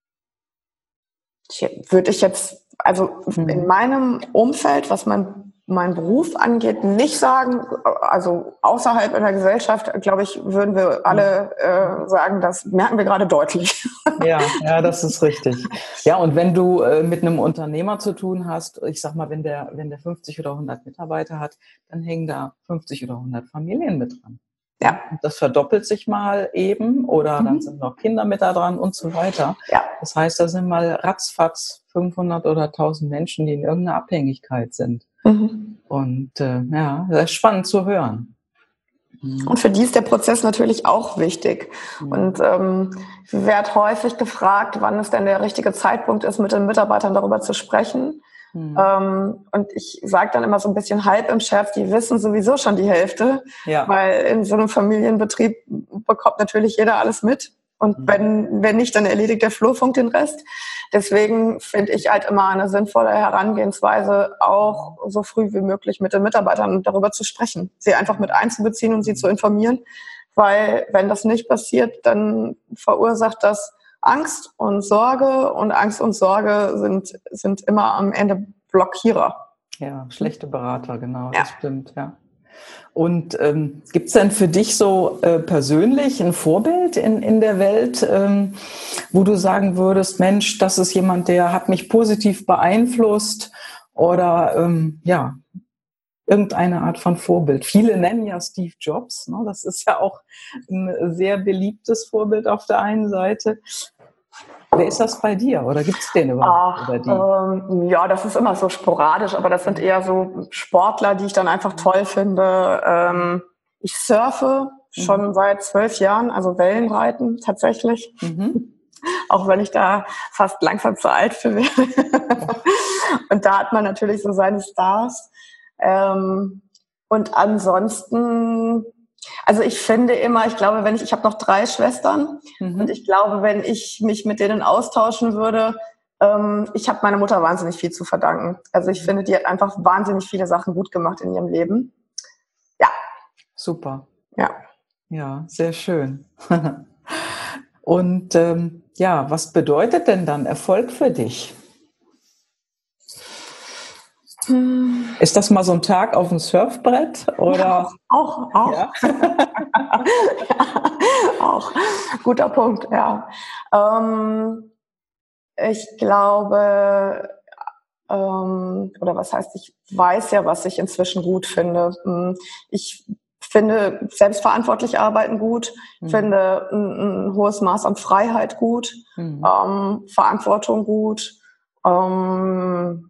würde ich jetzt, also mhm. in meinem Umfeld, was mein mein Beruf angeht, nicht sagen, also außerhalb in der Gesellschaft, glaube ich, würden wir alle äh, sagen, das merken wir gerade deutlich. Ja, ja, das ist richtig. Ja, und wenn du äh, mit einem Unternehmer zu tun hast, ich sag mal, wenn der, wenn der fünfzig oder hundert Mitarbeiter hat, dann hängen da fünfzig oder hundert Familien mit dran. Ja. Und das verdoppelt sich mal eben oder mhm. dann sind noch Kinder mit da dran und so weiter. Ja. Das heißt, da sind mal ratzfatz fünfhundert oder tausend Menschen, die in irgendeiner Abhängigkeit sind. Mhm. Und äh, ja, das ist spannend zu hören. Mhm. Und für die ist der Prozess natürlich auch wichtig. Mhm. Und ähm, ich werde häufig gefragt, wann es denn der richtige Zeitpunkt ist, mit den Mitarbeitern darüber zu sprechen. Mhm. Ähm, und ich sage dann immer so ein bisschen halb im Scherz, die wissen sowieso schon die Hälfte, ja. Weil in so einem Familienbetrieb bekommt natürlich jeder alles mit. Und mhm. wenn, wenn nicht, dann erledigt der Flurfunk den Rest. Deswegen finde ich halt immer eine sinnvolle Herangehensweise, auch so früh wie möglich mit den Mitarbeitern darüber zu sprechen, sie einfach mit einzubeziehen und sie zu informieren. Weil wenn das nicht passiert, dann verursacht das Angst und Sorge, und Angst und Sorge sind, sind immer am Ende Blockierer. Ja, schlechte Berater, genau, ja. Das stimmt, ja. Und ähm, gibt es denn für dich so äh, persönlich ein Vorbild in, in der Welt, ähm, wo du sagen würdest, Mensch, das ist jemand, der hat mich positiv beeinflusst oder ähm, ja, irgendeine Art von Vorbild. Viele nennen ja Steve Jobs, ne? Das ist ja auch ein sehr beliebtes Vorbild auf der einen Seite. Wer ist das bei dir oder gibt es den überhaupt? Ach, oder die? Ähm, ja, das ist immer so sporadisch, aber das sind eher so Sportler, die ich dann einfach toll finde. Ähm, ich surfe schon mhm. seit zwölf Jahren, also Wellenreiten tatsächlich. Mhm. Auch wenn ich da fast langsam zu alt für wäre. Und da hat man natürlich so seine Stars. Ähm, und ansonsten, also ich finde immer, ich glaube, wenn ich, ich habe noch drei Schwestern mhm. und ich glaube, wenn ich mich mit denen austauschen würde, ähm, ich habe meiner Mutter wahnsinnig viel zu verdanken. Also ich finde, die hat einfach wahnsinnig viele Sachen gut gemacht in ihrem Leben. Ja. Super. Ja. Ja, sehr schön. Und ähm, ja, was bedeutet denn dann Erfolg für dich? Hm. Ist das mal so ein Tag auf dem Surfbrett? Oder? Ja, auch, auch. Ja? Ja, auch. Guter Punkt, ja. Ähm, ich glaube, ähm, oder was heißt, ich weiß ja, was ich inzwischen gut finde. Ich finde selbstverantwortlich arbeiten gut, mhm. finde ein, ein hohes Maß an Freiheit gut, mhm. ähm, Verantwortung gut, ähm,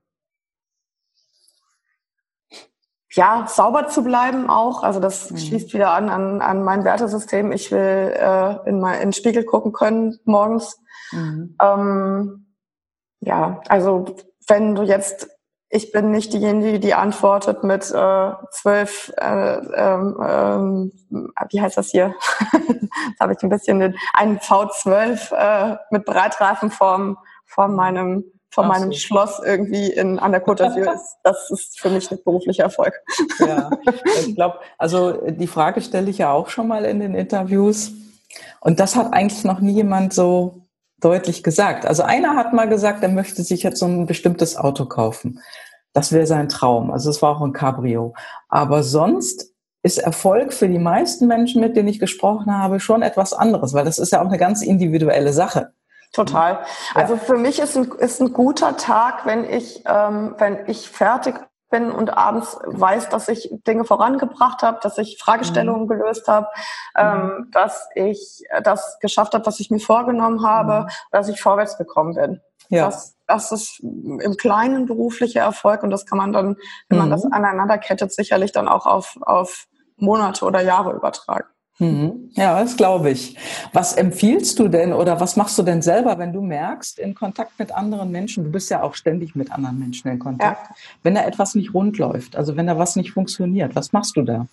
ja, sauber zu bleiben auch. Also das mhm. schließt wieder an, an an mein Wertesystem. Ich will äh, in, mein, in den Spiegel gucken können morgens. Mhm. Ähm, ja, also wenn du jetzt, ich bin nicht diejenige, die antwortet mit äh, zwölf, äh, ähm, wie heißt das hier? Jetzt habe ich ein bisschen den, einen V zwölf äh, mit Breitreifen vorm, vor meinem von meinem so. Schloss irgendwie in, an der Côte d'Azur ist, das ist für mich ein beruflicher Erfolg. Ja, ich glaube, also die Frage stelle ich ja auch schon mal in den Interviews und das hat eigentlich noch nie jemand so deutlich gesagt. Also einer hat mal gesagt, er möchte sich jetzt so ein bestimmtes Auto kaufen. Das wäre sein Traum. Also es war auch ein Cabrio. Aber sonst ist Erfolg für die meisten Menschen, mit denen ich gesprochen habe, schon etwas anderes, weil das ist ja auch eine ganz individuelle Sache. Total. Also für mich ist ein, ist ein guter Tag, wenn ich, ähm, wenn ich fertig bin und abends weiß, dass ich Dinge vorangebracht habe, dass ich Fragestellungen mhm. gelöst habe, ähm, mhm. dass ich das geschafft habe, was ich mir vorgenommen habe, mhm. dass ich vorwärts gekommen bin. Ja. Das, das ist im Kleinen beruflicher Erfolg und das kann man dann, wenn man mhm. das aneinander kettet, sicherlich dann auch auf, auf Monate oder Jahre übertragen. Ja, das glaube ich. Was empfiehlst du denn oder was machst du denn selber, wenn du merkst, in Kontakt mit anderen Menschen, du bist ja auch ständig mit anderen Menschen in Kontakt, ja. wenn da etwas nicht rund läuft, also wenn da was nicht funktioniert, was machst du da?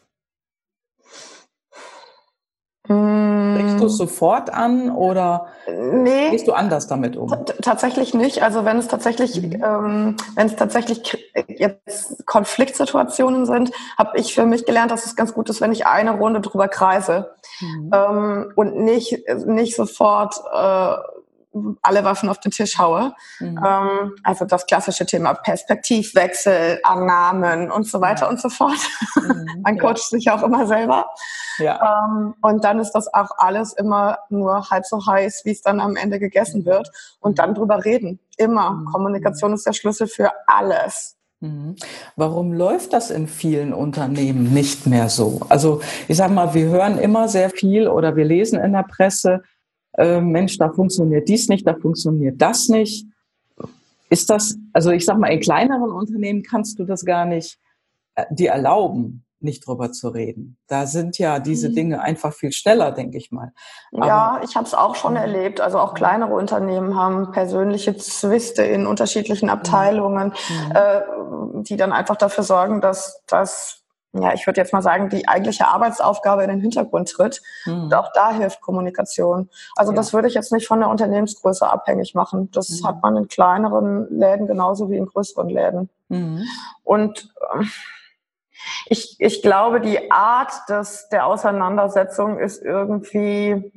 Sprichst du es sofort an oder nee, gehst du anders damit um? T- tatsächlich nicht. Also wenn es tatsächlich, mhm. ähm, wenn es tatsächlich jetzt Konfliktsituationen sind, habe ich für mich gelernt, dass es ganz gut ist, wenn ich eine Runde drüber kreise mhm. ähm, und nicht nicht sofort äh, alle Waffen auf den Tisch haue. Mhm. Ähm, also das klassische Thema Perspektivwechsel, Annahmen und so weiter mhm. und so fort. Mhm. Man coacht ja. sich auch immer selber. Ja. Ähm, und dann ist das auch alles immer nur halb so heiß, wie es dann am Ende gegessen wird. Und dann drüber reden. Immer. Mhm. Kommunikation ist der Schlüssel für alles. Mhm. Warum läuft das in vielen Unternehmen nicht mehr so? Also ich sage mal, wir hören immer sehr viel oder wir lesen in der Presse, äh, Mensch, da funktioniert dies nicht, da funktioniert das nicht. Ist das, also ich sage mal, in kleineren Unternehmen kannst du das gar nicht äh, dir erlauben, nicht drüber zu reden. Da sind ja diese Dinge einfach viel schneller, denke ich mal. Aber, ja, ich habe es auch schon erlebt. Also auch kleinere Unternehmen haben persönliche Zwiste in unterschiedlichen Abteilungen, mhm. äh, die dann einfach dafür sorgen, dass das, ja, ich würde jetzt mal sagen, die eigentliche Arbeitsaufgabe in den Hintergrund tritt. Mhm. Und auch da hilft Kommunikation. Also ja. das würde ich jetzt nicht von der Unternehmensgröße abhängig machen. Das mhm. hat man in kleineren Läden genauso wie in größeren Läden. Mhm. Und äh, Ich, ich glaube, die Art des, der Auseinandersetzung ist irgendwie,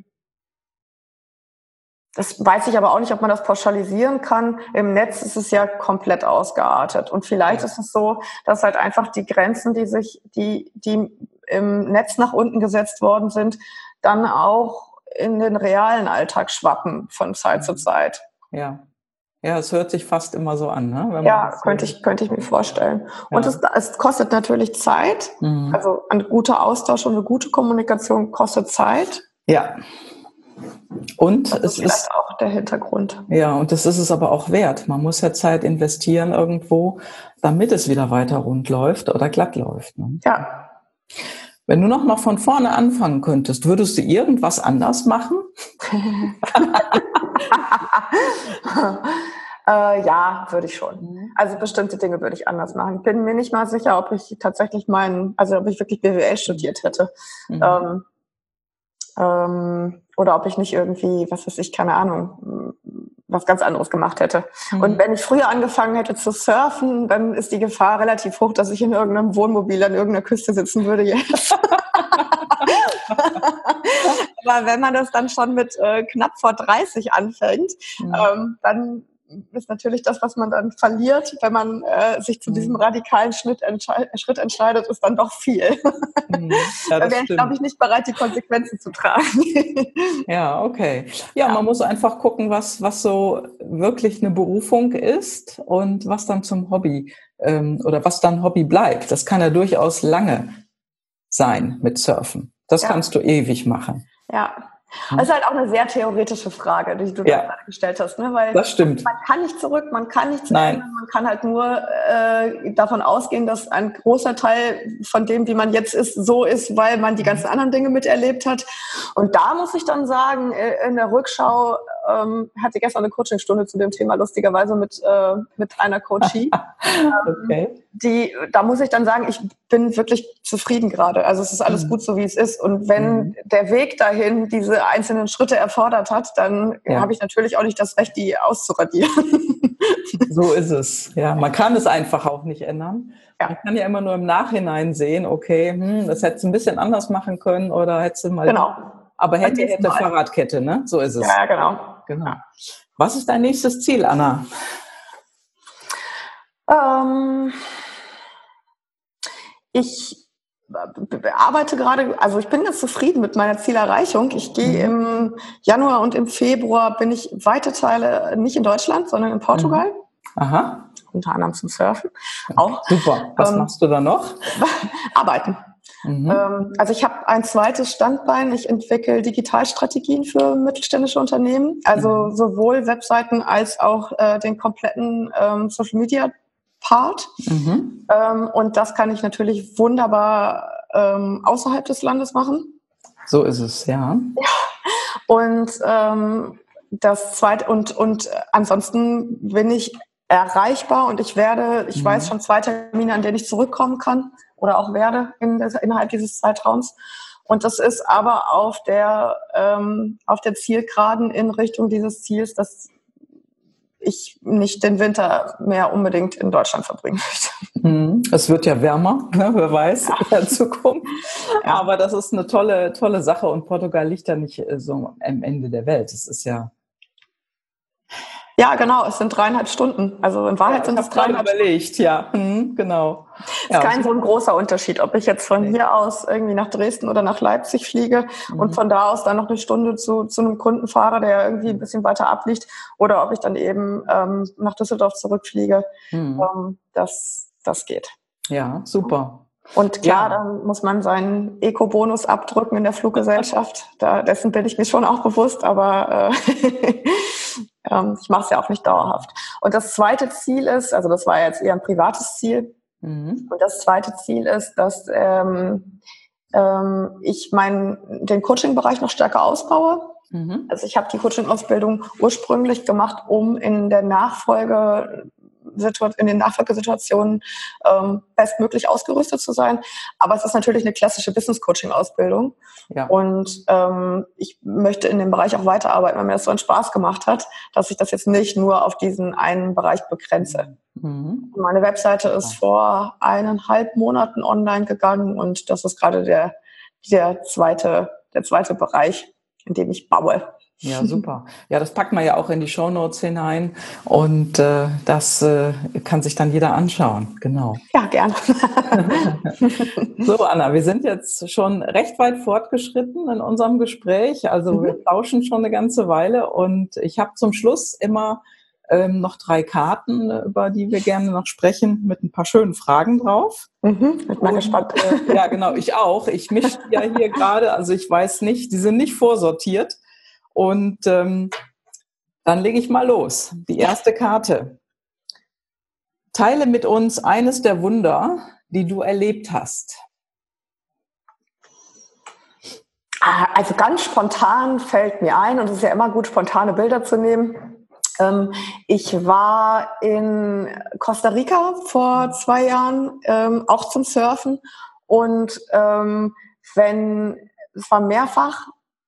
das weiß ich aber auch nicht, ob man das pauschalisieren kann. Im Netz ist es ja komplett ausgeartet. Und vielleicht ist es so, dass halt einfach die Grenzen, die sich, die, die im Netz nach unten gesetzt worden sind, dann auch in den realen Alltag schwappen von Zeit zu Zeit. Ja. Ja, es hört sich fast immer so an, ne? Wenn ja, so könnte ich, könnte ich mir vorstellen. Ja. Und es, es kostet natürlich Zeit. Mhm. Also ein guter Austausch und eine gute Kommunikation kostet Zeit. Ja. Und das es ist vielleicht ist auch der Hintergrund. Ja, und das ist es aber auch wert. Man muss ja Zeit investieren irgendwo, damit es wieder weiter rund läuft oder glatt läuft. Ne? Ja. Wenn du noch mal von vorne anfangen könntest, würdest du irgendwas anders machen? Äh, ja, würde ich schon. Mhm. Also bestimmte Dinge würde ich anders machen. Ich bin mir nicht mal sicher, ob ich tatsächlich meinen, also ob ich wirklich B W L studiert hätte. Mhm. Ähm, ähm, oder ob ich nicht irgendwie, was weiß ich, keine Ahnung, was ganz anderes gemacht hätte. Mhm. Und wenn ich früher angefangen hätte zu surfen, dann ist die Gefahr relativ hoch, dass ich in irgendeinem Wohnmobil an irgendeiner Küste sitzen würde jetzt. Aber wenn man das dann schon mit äh, knapp vor dreißig anfängt, Mhm. ähm, dann ist natürlich das, was man dann verliert, wenn man äh, sich zu diesem radikalen Schritt, entschei- Schritt entscheidet, ist dann doch viel. Mhm. Ja, Da das wäre ich, glaube stimmt. ich, nicht bereit, die Konsequenzen zu tragen. Ja, okay. Ja, man muss einfach gucken, was, was so wirklich eine Berufung ist und was dann zum Hobby ähm, oder was dann Hobby bleibt. Das kann ja durchaus lange sein mit Surfen. Das Ja. kannst du ewig machen. Ja. Das ist halt auch eine sehr theoretische Frage, die du Ja. da gerade gestellt hast, ne? Weil Das stimmt. man kann nicht zurück, man kann nichts Nein. ändern, man kann halt nur äh, davon ausgehen, dass ein großer Teil von dem, wie man jetzt ist, so ist, weil man die ganzen anderen Dinge miterlebt hat. Und da muss ich dann sagen, äh, in der Rückschau ähm, hatte ich gestern eine Coachingstunde zu dem Thema, lustigerweise mit, äh, mit einer Coachie. Okay. Die, da muss ich dann sagen, ich bin wirklich zufrieden gerade. Also es ist alles Mhm. gut, so wie es ist. Und wenn Mhm. der Weg dahin diese einzelnen Schritte erfordert hat, dann Ja. habe ich natürlich auch nicht das Recht, die auszuradieren. So ist es. Ja, man kann es einfach auch nicht ändern. Ja. Man kann ja immer nur im Nachhinein sehen, okay, hm, das hättest du ein bisschen anders machen können oder hättest du mal. Genau. Aber Beim hätte, nächsten hätte Mal. Fahrradkette, ne? So ist es. Ja, genau. Genau. Was ist dein nächstes Ziel, Anna? Ähm, ich arbeite gerade, also ich bin jetzt zufrieden mit meiner Zielerreichung. Ich gehe Mhm. im Januar und im Februar bin ich weite Teile nicht in Deutschland, sondern in Portugal. Mhm. Aha. Unter anderem zum Surfen. Auch. Super. Was Ähm, machst du da noch? Arbeiten. Mhm. Ähm, also ich habe ein zweites Standbein. Ich entwickle Digitalstrategien für mittelständische Unternehmen. Also Mhm. sowohl Webseiten als auch äh, den kompletten ähm, Social Media Part. Mhm. Ähm, und das kann ich natürlich wunderbar ähm, außerhalb des Landes machen. So ist es, ja. Und ähm, das zweite, und, und ansonsten bin ich erreichbar und ich werde, ich Mhm. weiß schon zwei Termine, an denen ich zurückkommen kann oder auch werde in des, innerhalb dieses Zeitraums. Und das ist aber auf der, ähm, auf der Zielgeraden in Richtung dieses Ziels, dass ich nicht den Winter mehr unbedingt in Deutschland verbringen möchte. Mhm. Es wird ja wärmer, ne? Wer weiß, Ja. in der Zukunft. Ja. Aber das ist eine tolle, tolle Sache und Portugal liegt ja nicht äh, so am Ende der Welt. Es ist ja. Ja, genau, es sind dreieinhalb Stunden. Also in Wahrheit Ja, sind ich es habe gerade dreieinhalb überlegt, ja, mhm, genau. Ist Ja, kein so ein großer Unterschied, ob ich jetzt von nee. hier aus irgendwie nach Dresden oder nach Leipzig fliege Mhm. und von da aus dann noch eine Stunde zu, zu einem Kunden fahre, der irgendwie ein bisschen weiter abliegt, oder ob ich dann eben ähm, nach Düsseldorf zurückfliege. Mhm. Ähm, das, das geht. Ja, super. Und klar, Ja. dann muss man seinen Eco-Bonus abdrücken in der Fluggesellschaft. Da, dessen bin ich mir schon auch bewusst, aber äh, ähm, ich mache es ja auch nicht dauerhaft. Und das zweite Ziel ist, also das war jetzt eher ein privates Ziel, Mhm. und das zweite Ziel ist, dass ähm, ähm, ich mein, den Coaching-Bereich noch stärker ausbaue. Mhm. Also ich habe die Coaching-Ausbildung ursprünglich gemacht, um in der Nachfolge in den Nachfolgesituationen ähm, bestmöglich ausgerüstet zu sein. Aber es ist natürlich eine klassische Business-Coaching-Ausbildung. Ja. Und ähm, ich möchte in dem Bereich auch weiterarbeiten, weil mir das so einen Spaß gemacht hat, dass ich das jetzt nicht nur auf diesen einen Bereich begrenze. Mhm. Meine Webseite ist vor eineinhalb Monaten online gegangen und das ist gerade der, der zweite, der zweite Bereich, in dem ich baue. Ja, super. Ja, das packt man ja auch in die Shownotes hinein und äh, das äh, kann sich dann jeder anschauen. Genau. Ja, gerne. So, Anna, wir sind jetzt schon recht weit fortgeschritten in unserem Gespräch. Also mhm. wir plauschen schon eine ganze Weile und ich habe zum Schluss immer ähm, noch drei Karten, über die wir gerne noch sprechen, mit ein paar schönen Fragen drauf. Mhm, bin mal gespannt. Äh, ja, genau, ich auch. Ich mische ja hier gerade, also ich weiß nicht, die sind nicht vorsortiert. Und ähm, dann lege ich mal los. Die erste Karte. Teile mit uns eines der Wunder, die du erlebt hast. Also ganz spontan fällt mir ein, und es ist ja immer gut, spontane Bilder zu nehmen. Ähm, ich war in Costa Rica vor zwei Jahren, ähm, auch zum Surfen. Und ähm, wenn, es war mehrfach,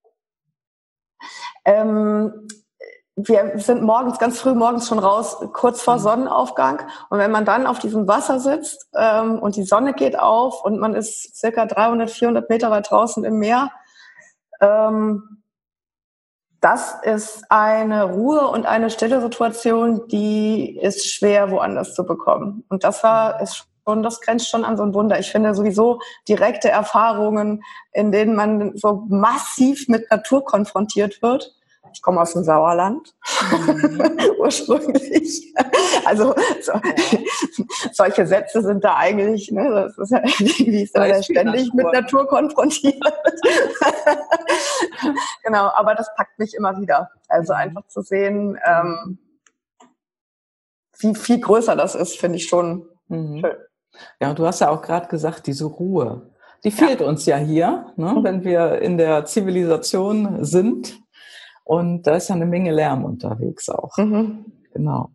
ähm, wir sind morgens, ganz früh morgens schon raus, kurz vor Sonnenaufgang. Und wenn man dann auf diesem Wasser sitzt ähm, und die Sonne geht auf und man ist circa dreihundert, vierhundert Meter weit draußen im Meer, ähm, das ist eine Ruhe und eine stille Situation, die ist schwer woanders zu bekommen. Und das war, ist schon, das grenzt schon an so ein Wunder. Ich finde sowieso direkte Erfahrungen, in denen man so massiv mit Natur konfrontiert wird. Ich komme aus dem Sauerland, mhm. ursprünglich. Also so, solche Sätze sind da eigentlich, ne, das ist ja irgendwie ist da ständig Natur. mit Natur konfrontiert. Genau, aber das packt mich immer wieder. Also einfach zu sehen, ähm, wie viel größer das ist, finde ich schon mhm. schön. Ja, und du hast ja auch gerade gesagt, diese Ruhe, die fehlt ja. uns ja hier, ne, mhm. wenn wir in der Zivilisation sind. Und da ist ja eine Menge Lärm unterwegs auch. Mhm. Genau.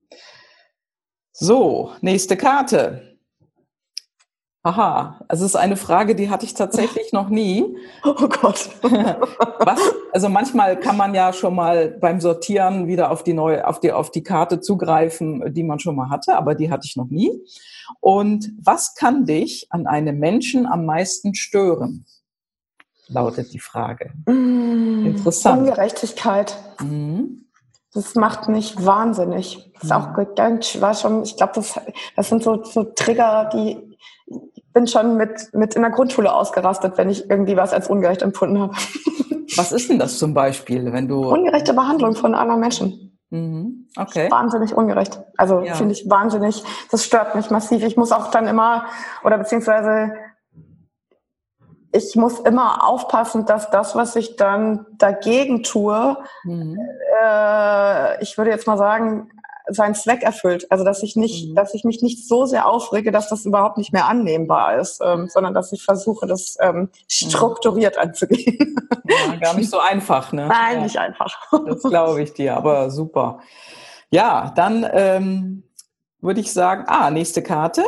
So, nächste Karte. Aha, also es ist eine Frage, die hatte ich tatsächlich noch nie. Oh Gott. Was, also manchmal kann man ja schon mal beim Sortieren wieder auf die neue, auf die, auf die Karte zugreifen, die man schon mal hatte, aber die hatte ich noch nie. Und was kann dich an einem Menschen am meisten stören? Lautet die Frage. Mmh, Interessant. Ungerechtigkeit. Mhm. Das macht mich wahnsinnig. Das ist auch ganz, war schon, ich glaube, das, das sind so, so Trigger, die, ich bin schon mit, mit in der Grundschule ausgerastet, wenn ich irgendwie was als ungerecht empfunden habe. Was ist denn das zum Beispiel, wenn du... Ungerechte Behandlung von anderen Menschen. Mhm. Okay. Wahnsinnig ungerecht. Also ja. finde ich wahnsinnig, das stört mich massiv. Ich muss auch dann immer, oder beziehungsweise ich muss immer aufpassen, dass das, was ich dann dagegen tue, mhm. äh, ich würde jetzt mal sagen, seinen Zweck erfüllt. Also dass ich nicht, mhm. dass ich mich nicht so sehr aufrege, dass das überhaupt nicht mehr annehmbar ist, ähm, sondern dass ich versuche, das ähm, strukturiert mhm. anzugehen. Ja, gar nicht so einfach, ne? Nein, ja. nicht einfach. Das glaube ich dir, aber super. Ja, dann ähm, würde ich sagen, ah, nächste Karte.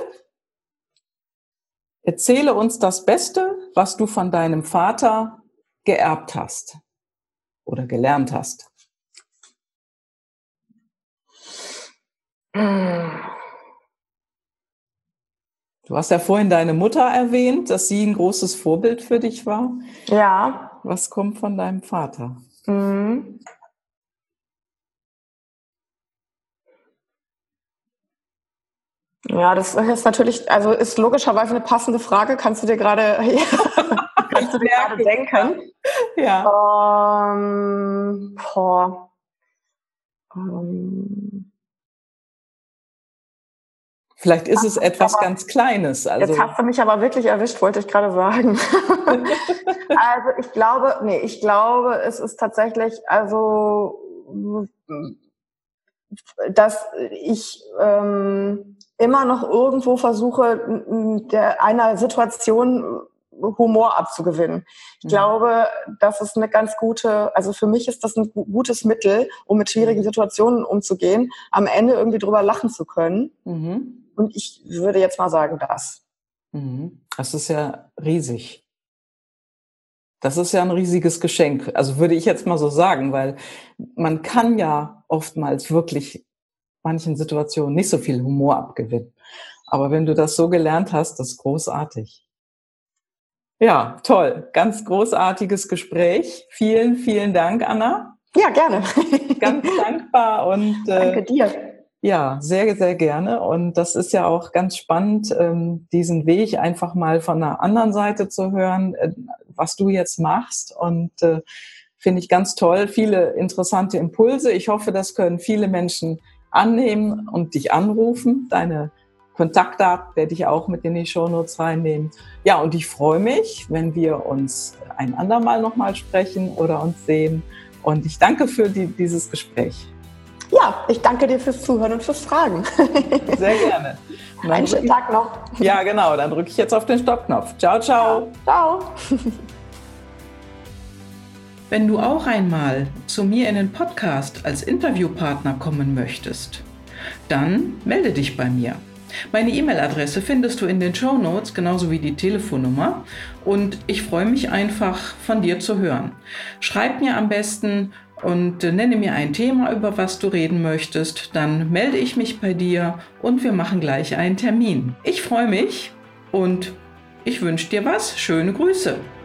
Erzähle uns das Beste, was du von deinem Vater geerbt hast oder gelernt hast. Du hast ja vorhin deine Mutter erwähnt, dass sie ein großes Vorbild für dich war. Ja. Was kommt von deinem Vater? Mhm. Ja, das ist natürlich, also ist logischerweise eine passende Frage. Kannst du dir gerade, kannst du dir gerade denken? Ja. Ähm, boah. Ähm. Vielleicht ist es etwas aber, ganz Kleines. Also. Jetzt hast du mich aber wirklich erwischt, wollte ich gerade sagen. Also ich glaube, nee, ich glaube, es ist tatsächlich, also, dass ich ähm, immer noch irgendwo versuche, der, einer Situation Humor abzugewinnen. Ich mhm. glaube, das ist eine ganz gute, also für mich ist das ein gutes Mittel, um mit schwierigen Situationen umzugehen, am Ende irgendwie drüber lachen zu können. Mhm. Und ich würde jetzt mal sagen, das. Mhm. Das ist ja riesig. Das ist ja ein riesiges Geschenk. Also würde ich jetzt mal so sagen, weil man kann ja oftmals wirklich manchen Situationen nicht so viel Humor abgewinnen. Aber wenn du das so gelernt hast, das ist großartig. Ja, toll. Ganz großartiges Gespräch. Vielen, vielen Dank, Anna. Ja, gerne. Ganz dankbar und äh, danke dir. Ja, sehr, sehr gerne. Und das ist ja auch ganz spannend, ähm, diesen Weg einfach mal von einer anderen Seite zu hören, äh, was du jetzt machst. Und äh, finde ich ganz toll. Viele interessante Impulse. Ich hoffe, das können viele Menschen annehmen und dich anrufen. Deine Kontaktdaten werde ich auch mit in die Shownotes reinnehmen. Ja, und ich freue mich, wenn wir uns ein andermal nochmal sprechen oder uns sehen. Und ich danke für die, dieses Gespräch. Ja, ich danke dir fürs Zuhören und fürs Fragen. Sehr gerne. Einen schönen Tag noch. Ja, genau. Dann drücke ich jetzt auf den Stoppknopf. Ciao, ciao. Ja, ciao. Wenn du auch einmal zu mir in den Podcast als Interviewpartner kommen möchtest, dann melde dich bei mir. Meine E-Mail-Adresse findest du in den Shownotes, genauso wie die Telefonnummer. Und ich freue mich einfach, von dir zu hören. Schreib mir am besten und nenne mir ein Thema, über was du reden möchtest. Dann melde ich mich bei dir und wir machen gleich einen Termin. Ich freue mich und ich wünsche dir was. Schöne Grüße.